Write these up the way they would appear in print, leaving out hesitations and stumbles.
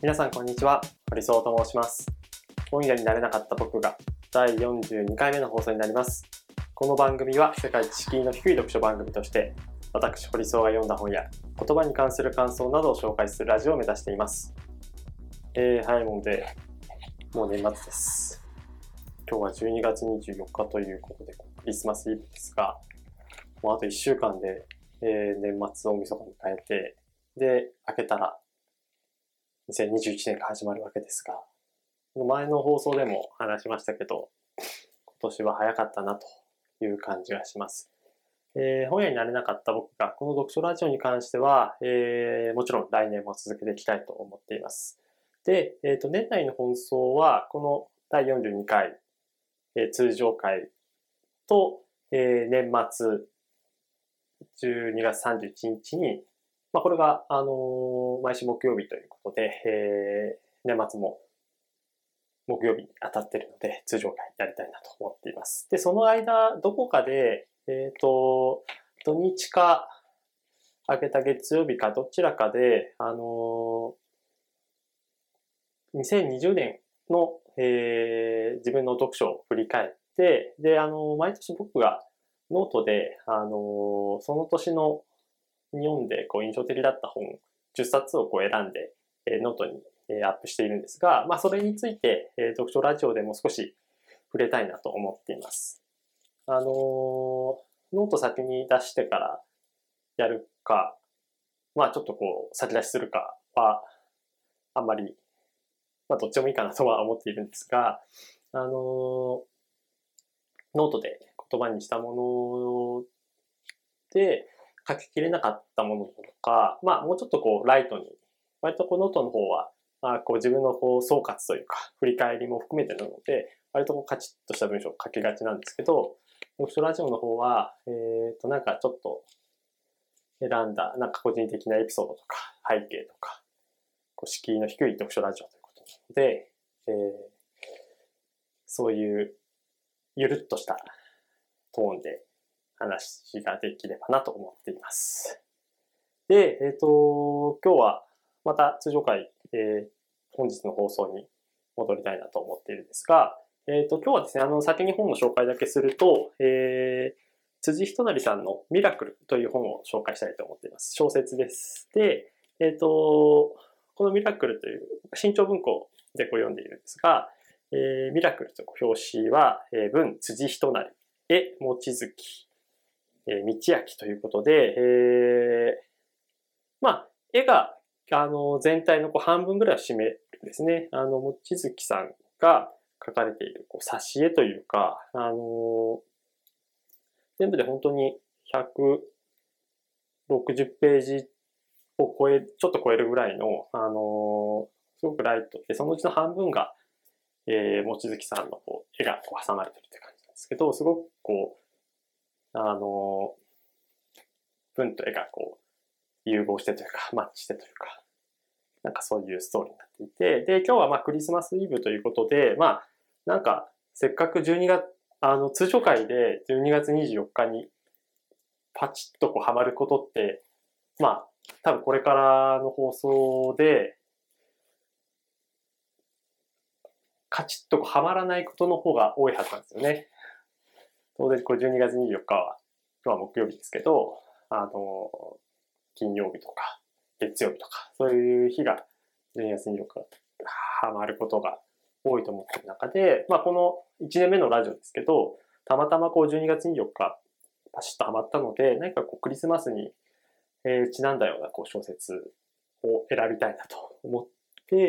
皆さんこんにちは、堀荘と申します。本屋になれなかった僕が第42回目の放送になります。この番組は世界知識の低い読書番組として、私堀荘が読んだ本や言葉に関する感想などを紹介するラジオを目指しています。早いもんでもう年末です。今日は12月24日ということでクリスマスイブですが、もうあと1週間で、年末大晦日に変えて、で明けたら2021年が始まるわけですが、前の放送でも話しましたけど、今年は早かったなという感じがします。本屋になれなかった僕がこの読書ラジオに関しては、もちろん来年も続けていきたいと思っています。で、年内の放送はこの第42回、通常回と、年末12月31日にこれが、毎週木曜日ということで、年末も木曜日に当たっているので、通常回やりたいなと思っています。で、その間、どこかで、土日か、明けた月曜日か、どちらかで、2020年の、自分の読書を振り返って、で、毎年僕がノートで、その年の読んで印象的だった本10冊を選んでノートにアップしているんですが、それについて読書ラジオでも少し触れたいなと思っています。ノート先に出してからやるか、ちょっと先出しするかはあんまり、どっちもいいかなとは思っているんですが、ノートで言葉にしたもので書ききれなかったものとか、もうちょっとライトに、割とノートの方は、自分の総括というか、振り返りも含めてなので、割とカチッとした文章を書きがちなんですけど、読書ラジオの方は、なんかちょっと選んだ、なんか個人的なエピソードとか、背景とか、敷居の低い読書ラジオということなので、そういうゆるっとしたトーンで話ができればなと思っています。で、今日はまた通常回、本日の放送に戻りたいなと思っているんですが、今日はですね、先に本の紹介だけすると、辻仁成さんのミラクルという本を紹介したいと思っています。小説です。で、このミラクルという新潮文庫で読んでいるんですが、ミラクルという表紙は、文辻仁成、絵望月、道明ということで、絵が全体の半分ぐらいを占めるんですね。望月さんが描かれている挿絵というか、全部で本当に160ページをちょっと超えるぐらいの、すごくライトで、そのうちの半分が、望月さんの絵が挟まれているという感じなんですけど、すごく文と絵が融合してというか、マッチしてというか、なんかそういうストーリーになっていて、で、今日はクリスマスイブということで、なんか、せっかく12月、通常回で12月24日にパチッとハマることって、多分これからの放送で、カチッとハマらないことの方が多いはずなんですよね。当然12月24日は、今日は木曜日ですけど、金曜日とか月曜日とか、そういう日が12月24日ハマることが多いと思っている中で、この1年目のラジオですけど、たまたま12月24日パシッとハマったので、何かクリスマスにちなんだような小説を選びたいなと思って、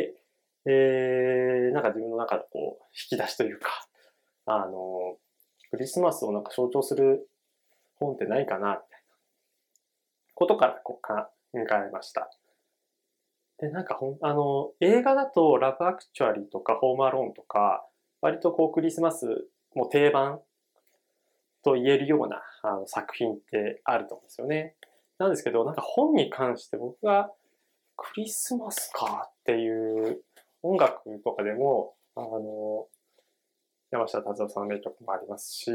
なんか自分の中で引き出しというか、クリスマスをなんか象徴する本ってないかな、みたいなことから考えました。で、なんか映画だとラブアクチュアリーとかホームアローンとか、割とクリスマスも定番と言えるような作品ってあると思うんですよね。なんですけど、なんか本に関して僕がクリスマスかっていう音楽とかでも、山下達郎さんの名曲もありますし、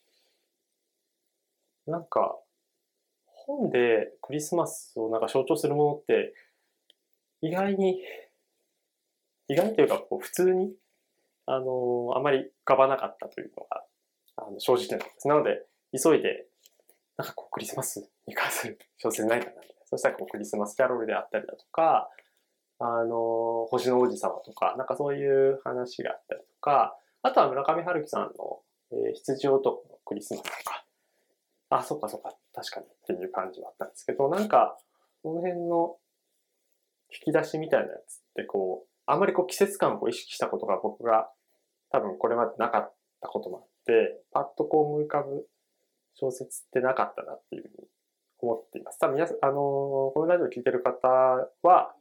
なんか本でクリスマスをなんか象徴するものって意外に意外にというか、普通に、あまり浮かばなかったというのが、正直なところです。なので、急いで、なんかクリスマスに関する小説ないかな。そしたらクリスマスキャロルであったりだとか、星の王子様とか、なんかそういう話があったりとか、あとは村上春樹さんの、羊男のクリスマスとか、そっか、確かにっていう感じはあったんですけど、なんか、その辺の引き出しみたいなやつってあまり季節感を意識したことが僕が多分これまでなかったこともあって、パッと思い浮かぶ小説ってなかったなっていうふうに思っています。多分皆さん、このラジオを聞いてる方は、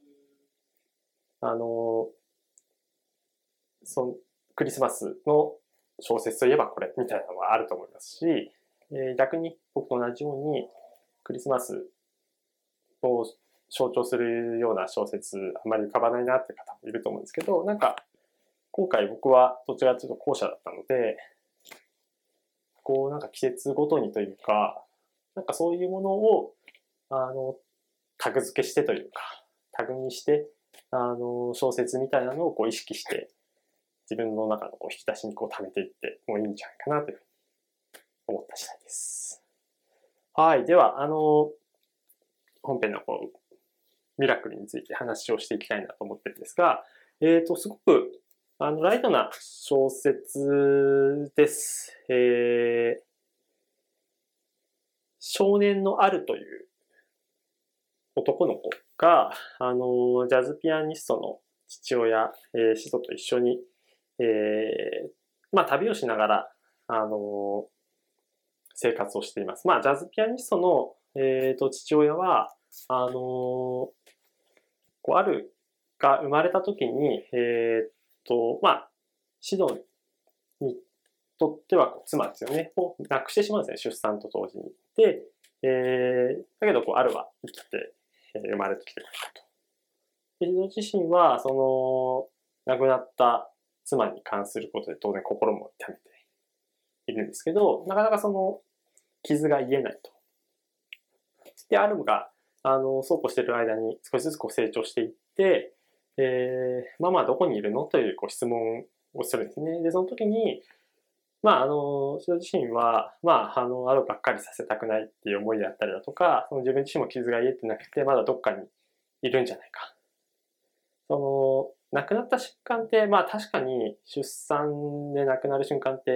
クリスマスの小説といえばこれみたいなのはあると思いますし、逆に僕と同じようにクリスマスを象徴するような小説あんまり浮かばないなって方もいると思うんですけど、なんか今回僕はどちらかというと後者だったので、なんか季節ごとにというか、なんかそういうものをタグ付けしてというか、タグにして小説みたいなのを意識して自分の中の引き出しに貯めていってもいいんじゃないかなというふうに思った次第です。はい。では、本編のミラクルについて話をしていきたいなと思ってるんですが、すごく、ライトな小説です。少年のあるという男の子が、ジャズピアニストの父親、シソと一緒に、旅をしながら、生活をしています。ジャズピアニストの、父親は、あるが生まれた時に、シドにとっては妻ですよね、を亡くしてしまうんですね、出産と同時に。で、だけど、あるは生きて、生まれてきてくれたと。で、シド自身は、亡くなった妻に関することで当然心も痛めているんですけど、なかなか傷が癒えないと。で、アルムが、そうこうしている間に少しずつ成長していって、ママはどこにいるのという質問をするんですね。で、その時に、シド自身は、アルをがっかりさせたくないっていう思いであったりだとか、自分自身も傷が癒えてなくて、まだどっかにいるんじゃないか。亡くなった瞬間って、確かに出産で亡くなる瞬間って、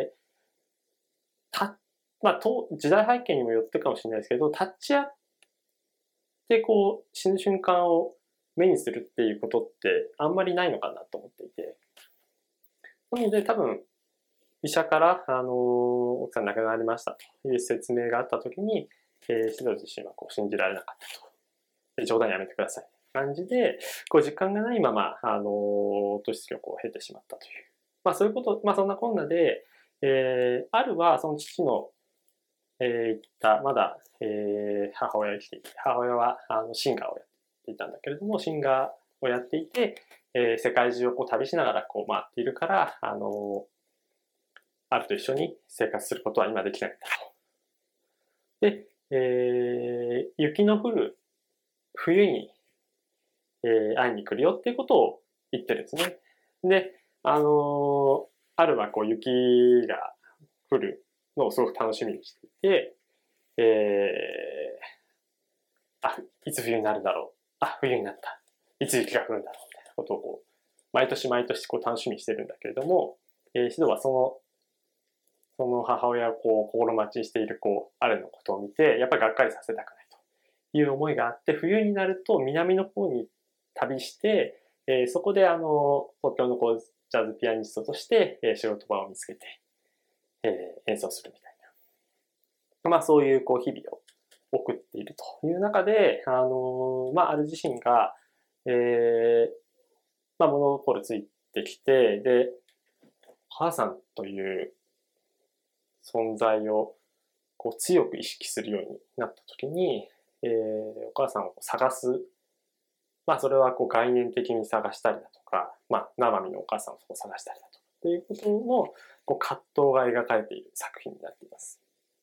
時代背景にもよってかもしれないですけど、立ち会って死ぬ瞬間を目にするっていうことってあんまりないのかなと思っていて。なので多分、医者から、奥さん亡くなりましたという説明があったときに、シド自身は信じられなかったと。冗談やめてください。感じで、時間がないまま、年月を経てしまったという。そういうこと、そんなこんなで、あるはその父の、言った、まだ、母親が生きていて、母親はシンガーをやっていたんだけれども、シンガーをやっていて、世界中を旅しながら回っているから、あると一緒に生活することは今できないんだと。で、雪の降る冬に、会いに来るよっていうことを言ってるんですね。で、あるは雪が降るのをすごく楽しみにしていて、いつ冬になるんだろう。冬になった。いつ雪が降るんだろう。みたいなことを毎年毎年楽しみにしてるんだけれども、シドはその母親を心待ちにしているあるのことを見て、やっぱりがっかりさせたくないという思いがあって、冬になると南の方に旅して、そこで東京のジャズピアニストとして、仕事場を見つけて、演奏するみたいな。そういう日々を送っているという中で、ある自身が、物心ついてきて、で、お母さんという存在を強く意識するようになった時に、お母さんを探す。それは概念的に探したりだとか、生身のお母さんを探したりだとか、ということの葛藤が描かれている作品になっています。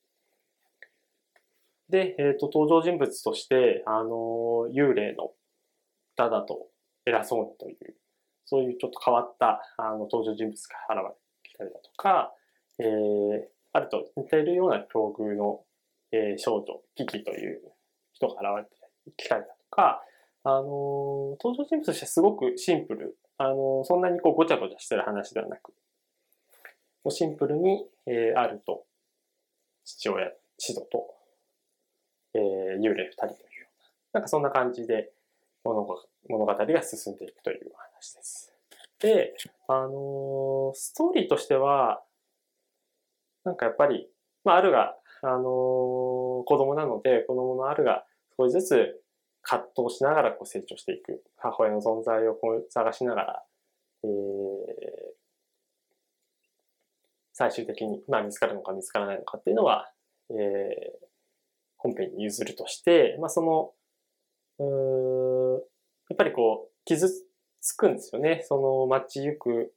で、登場人物として、幽霊のダダと偉そうにというそういうちょっと変わった登場人物が現れてきたりだとか、あると似ているような境遇の、少女、キキという人が現れてきたりだとか、登場人物としてすごくシンプル。そんなにこうごちゃごちゃしてる話ではなく、シンプルに、あると、父親、シドと、幽霊二人というような、なんかそんな感じで物語が進んでいくという話です。で、ストーリーとしては、なんかやっぱり、アルが、子供なので、子供のアルが少しずつ葛藤しながらこう成長していく。母親の存在をこう探しながら、最終的に、見つかるのか見つからないのかっていうのは、本編に譲るとして、その、やっぱりこう、傷つくんですよね。その街行く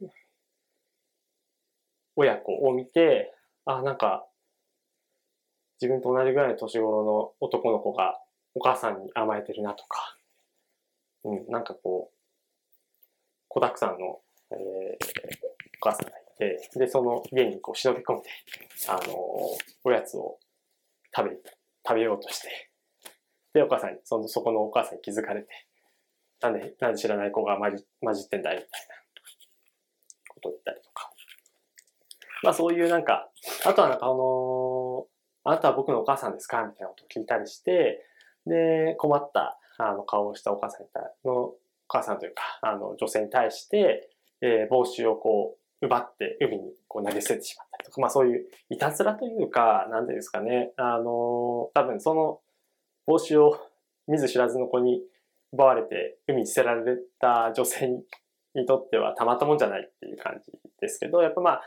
親子を見て、なんか、自分と同じぐらいの年頃の男の子がお母さんに甘えてるなとか、なんかこう、子沢山の、お母さんがいて、で、その家にこう忍び込んで、おやつを食べようとして、で、お母さんに、そこのお母さんに気づかれて、なんで知らない子が混じってんだいみたいなことを言ったりとか。そういうなんか、あとはなんかあなたは僕のお母さんですかみたいなことを聞いたりして、で、困った顔をしたお母さんというか、女性に対して、帽子をこう、奪って海にこう投げ捨ててしまったりとか、そういういたずらというか、なんていうんですかね、多分その帽子を見ず知らずの子に奪われて海に捨てられた女性にとってはたまったもんじゃないっていう感じですけど、やっぱ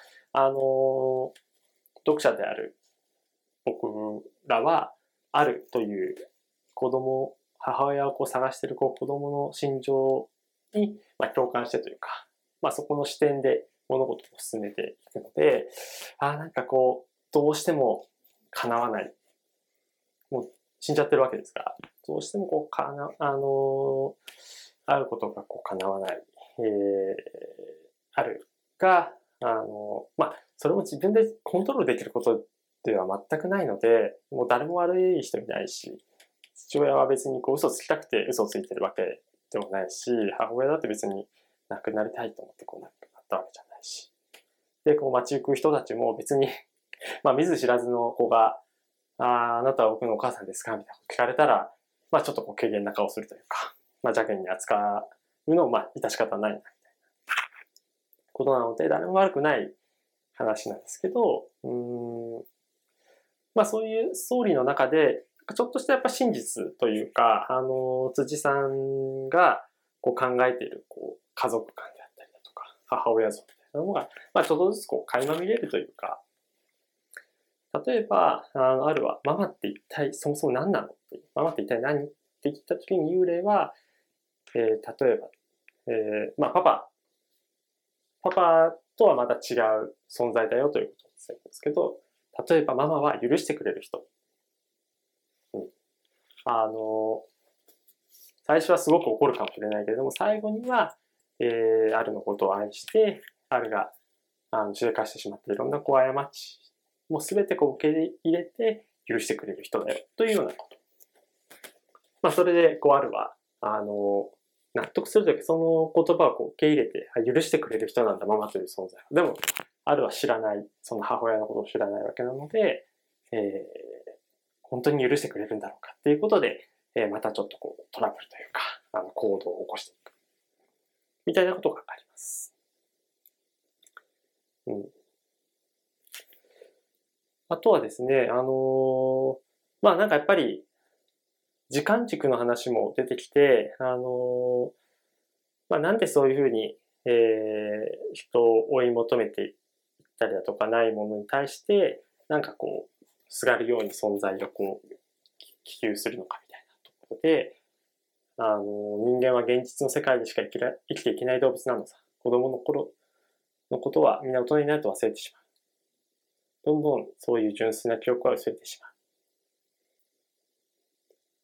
読者である僕らは、あるという母親をこう探している子供の心情に共感してというか、そこの視点で物事を進めていくので、なんかこう、どうしても叶わない。もう死んじゃってるわけですから、どうしてもこう、あることがこう叶わない、あるが、それも自分でコントロールできることでは全くないので、もう誰も悪い人いないし、父親は別にこう嘘つきたくて嘘をついてるわけでもないし、母親だって別に亡くなりたいと思ってこうなったわけじゃないし。で、こう街行く人たちも別に見ず知らずの子が、あなたは僕のお母さんですかみたいなこと聞かれたら、ちょっとこう軽減な顔するというか、邪険に扱うのも致し方ないな、みたいなことなので、誰も悪くない話なんですけど、そういうストーリーの中で、ちょっとしたやっぱ真実というか、辻さんがこう考えているこう家族観であったりだとか、母親像みたいなのが、ちょっとずつこう垣間見れるというか、例えば、あるは、ママって一体そもそも何なのっていう、ママって一体何って言った時に幽霊は、例えば、パパとはまた違う存在だよということを言ってるんですけど、例えばママは許してくれる人。最初はすごく怒るかもしれないけれども、最後には、あるのことを愛して、あるが、しでかしてしまったいろんなこう過ちもうすべてこう受け入れて許してくれる人だよというようなこと。それでこうあるは、納得するときその言葉をこう受け入れて、許してくれる人なんだママという存在。でも、あるは知らない、その母親のことを知らないわけなので、本当に許してくれるんだろうかっていうことで、またちょっとこうトラブルというか、行動を起こしていく。みたいなことがあります。あとはですね、なんかやっぱり、時間軸の話も出てきて、なんでそういうふうに、人を追い求めていったりだとかないものに対して、なんかこう、すがるように存在がこう、希求するのかみたいなところで、人間は現実の世界でしか生きていけない動物なのさ。子供の頃のことはみんな大人になると忘れてしまう。どんどんそういう純粋な記憶は薄れてしまう。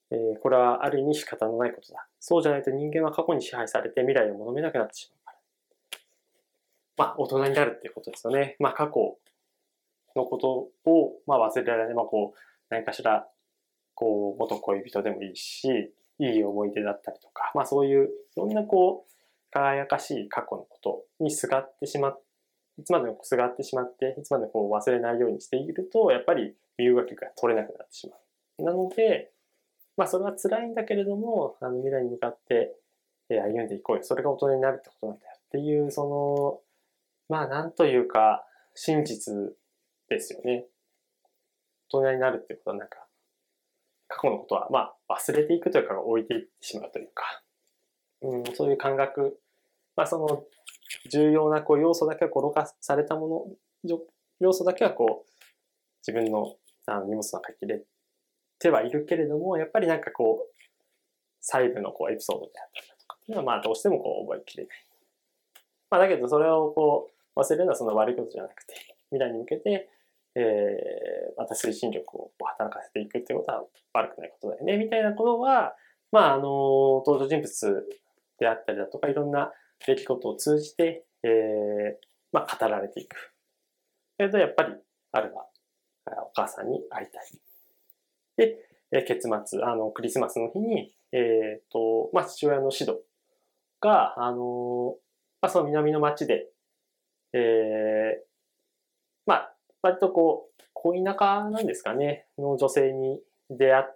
これはある意味仕方のないことだ。そうじゃないと人間は過去に支配されて未来を求めなくなってしまうから。まあ、大人になるっていうことですよね。まあ、過去のことを、まあ、忘れられない。まあ、こう、何かしら、こう、元恋人でもいいし、いい思い出だったりとか、まあ、そういう、いろんなこう、輝かしい過去のことにすがってしまって、いつまでもすがってしまって、いつまでもこう忘れないようにしていると、やっぱり身動きが取れなくなってしまう。なので、まあそれは辛いんだけれども、未来に向かって歩んでいこうよ。それが大人になるってことなんだよっていう、まあなんというか、真実ですよね。大人になるってことはなんか、過去のことはまあ忘れていくというか置いていってしまうというか、そういう感覚、まあその重要なこう要素だけは転がされたもの、要素だけはこう自分の荷物の中に入れてはいるけれども、やっぱりなんかこう細部のこうエピソードであったりだとかっていうのはまあどうしてもこう覚えきれない。まあだけどそれをこう忘れるのはそんな悪いことじゃなくて、未来に向けて、また推進力を働かせていくっていうことは悪くないことだよね、みたいなことは、まあ登場人物であったりだとかいろんな出来事を通じて、まあ語られていく。けれどやっぱりあるはお母さんに会いたい。で、結末、クリスマスの日に、まあ、父親のシドが、まあ、その南の町で、まあ、割とこう、恋仲なんですかね、の女性に出会って、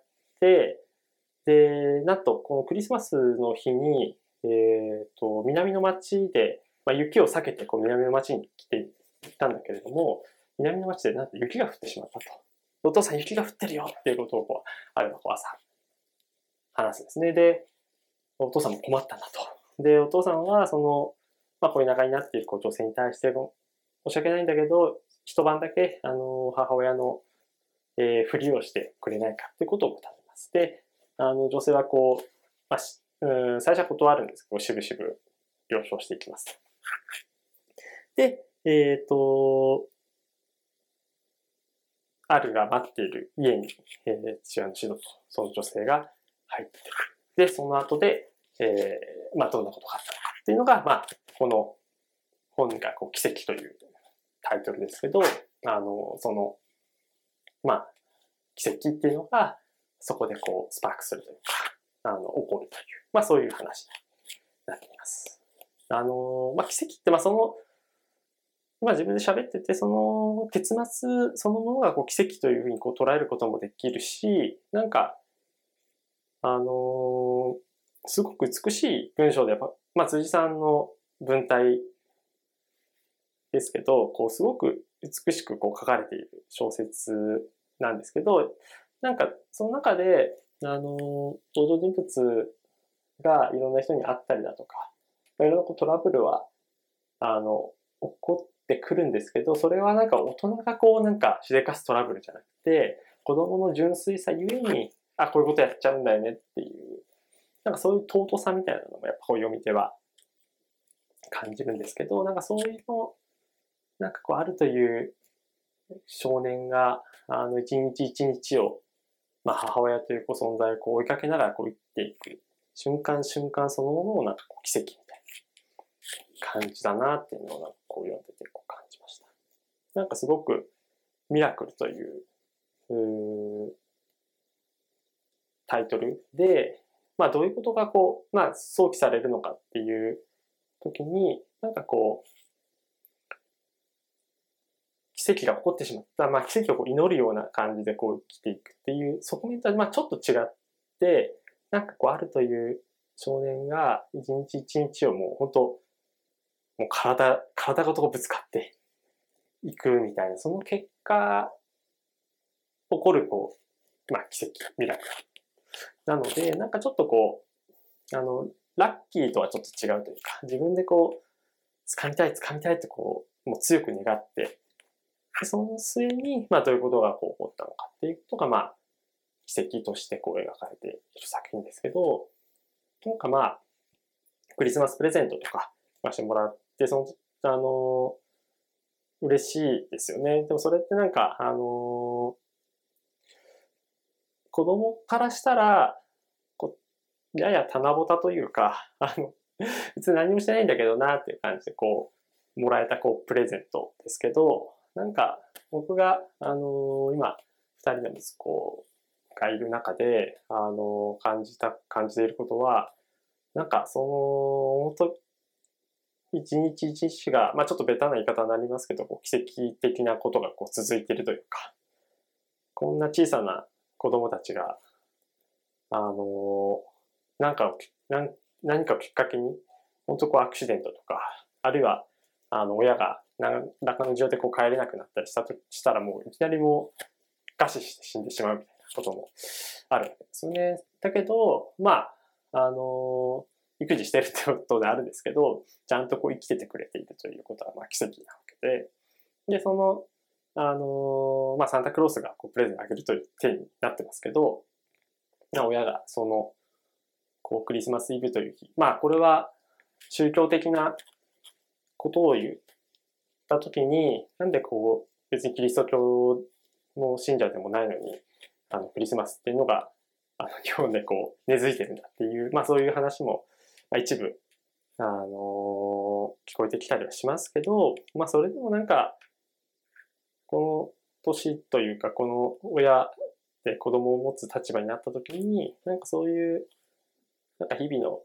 で、なんと、このクリスマスの日に、南の町で、まあ、雪を避けてこう南の町に来ていったんだけれども、南の町でなんと雪が降ってしまったと。お父さん雪が降ってるよっていうことをこう、あるこう朝話すんですね。で、お父さんも困ったんだと。で、お父さんはまあ恋仲になっているこう女性に対しても申し訳ないんだけど、一晩だけ、母親の、ふりをしてくれないかっていうことを頼みます。で、女性はこう、まあ、最初は断るんですけど、しぶしぶ了承していきます。で、あるが待っている家に、父親のシドとその女性が入ってくる。で、その後で、まあ、どんなことがあったのかっていうのが、まあ、この本がこう奇跡というタイトルですけど、まあ、奇跡っていうのが、そこでこう、スパークするというか、起こるという、まあそういう話になっています。まあ奇跡って、まあ今自分で喋ってて、その結末そのものがこう奇跡というふうにこう捉えることもできるし、なんか、すごく美しい文章で、まあ辻さんの文体ですけど、こうすごく美しくこう書かれている小説なんですけど、なんかその中で、登場人物がいろんな人に会ったりだとか、いろんなトラブルは、起こってくるんですけど、それはなんか大人がこうなんかしでかすトラブルじゃなくて、子供の純粋さゆえに、あ、こういうことやっちゃうんだよねっていう、なんかそういう尊さみたいなのもやっぱこう読み手は感じるんですけど、なんかそういうの、なんかこうあるという少年が、一日一日を、まあ母親という存在をこう追いかけながらこう生きていく瞬間瞬間そのものをなんかこう奇跡みたいな感じだなっていうのをなんかこう読んでてこう感じました。なんかすごくミラクルという、タイトルで、まあどういうことがこう、まあ想起されるのかっていう時に、なんかこう、奇跡が起こってしまった、まあ奇跡をこう祈るような感じでこう生きていくっていう側面とはまあちょっと違って、なんかこうあるという少年が一日一日をもう本当、もう体ごとぶつかっていくみたいな、その結果、起こるこう、まあ奇跡、ミラクル。なので、なんかちょっとこう、ラッキーとはちょっと違うというか、自分でこう、掴みたいってこう、もう強く願って、でその末に、まあどういうことがこう起こったのかっていうことが、まあ、奇跡としてこう描かれている作品ですけど、なんかまあ、クリスマスプレゼントとかしてもらって、嬉しいですよね。でもそれってなんか、子供からしたら、 やや棚ぼたというか、別に何もしてないんだけどなっていう感じでもらえたプレゼントですけど、なんか僕が、今、二人の息子がいる中で、感じていることは、なんか本当一日一日が、ちょっとベタな言い方になりますけど、奇跡的なことが続いているというか、こんな小さな子供たちが、何かをきっかけに、本当アクシデントとか、あるいは、親が何らかの事情で帰れなくなったりしたらもういきなり餓死して死んでしまうみたいなこともあるわけですよね。だけど、育児してるってことであるんですけど、ちゃんと生きててくれているということは奇跡なわけで、で、サンタクロースがプレゼントあげるという体になってますけど、親がクリスマスイブという日、これは宗教的なことを言ったときに、なんで別にキリスト教の信者でもないのに、クリスマスっていうのが、日本で根付いてるんだっていう、そういう話も、一部、聞こえてきたりはしますけど、それでもなんか、この年というか、この親で子供を持つ立場になったときに、なんかそういう、なんか日々の、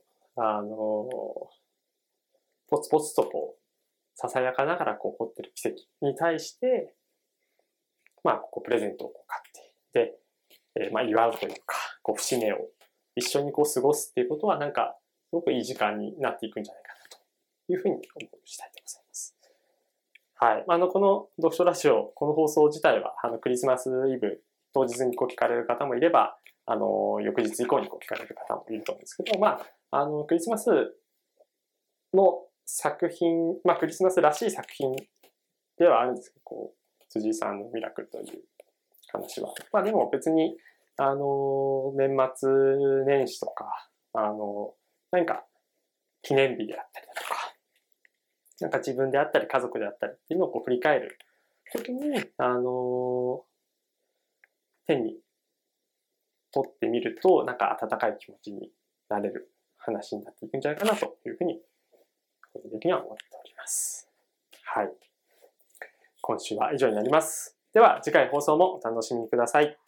ポツポツとささやかながら起こってる奇跡に対して、プレゼントを買って、で、祝うというか、節目を一緒に過ごすっていうことは、なんか、すごくいい時間になっていくんじゃないかなというふうに思う次第でございます。はい。この読書ラジオ、この放送自体は、クリスマスイブ当日に聞かれる方もいれば、翌日以降に聞かれる方もいると思うんですけど、クリスマスの作品、クリスマスらしい作品ではあるんですけど、辻井さんのミラクルという話は。でも別に、年末年始とか、何か記念日であったりだとか、なんか自分であったり家族であったりっていうのを振り返るときに、手に取ってみると、なんか温かい気持ちになれる話になっていくんじゃないかなというふうに、個人的には思っております。はい。今週は以上になります。では次回放送もお楽しみください。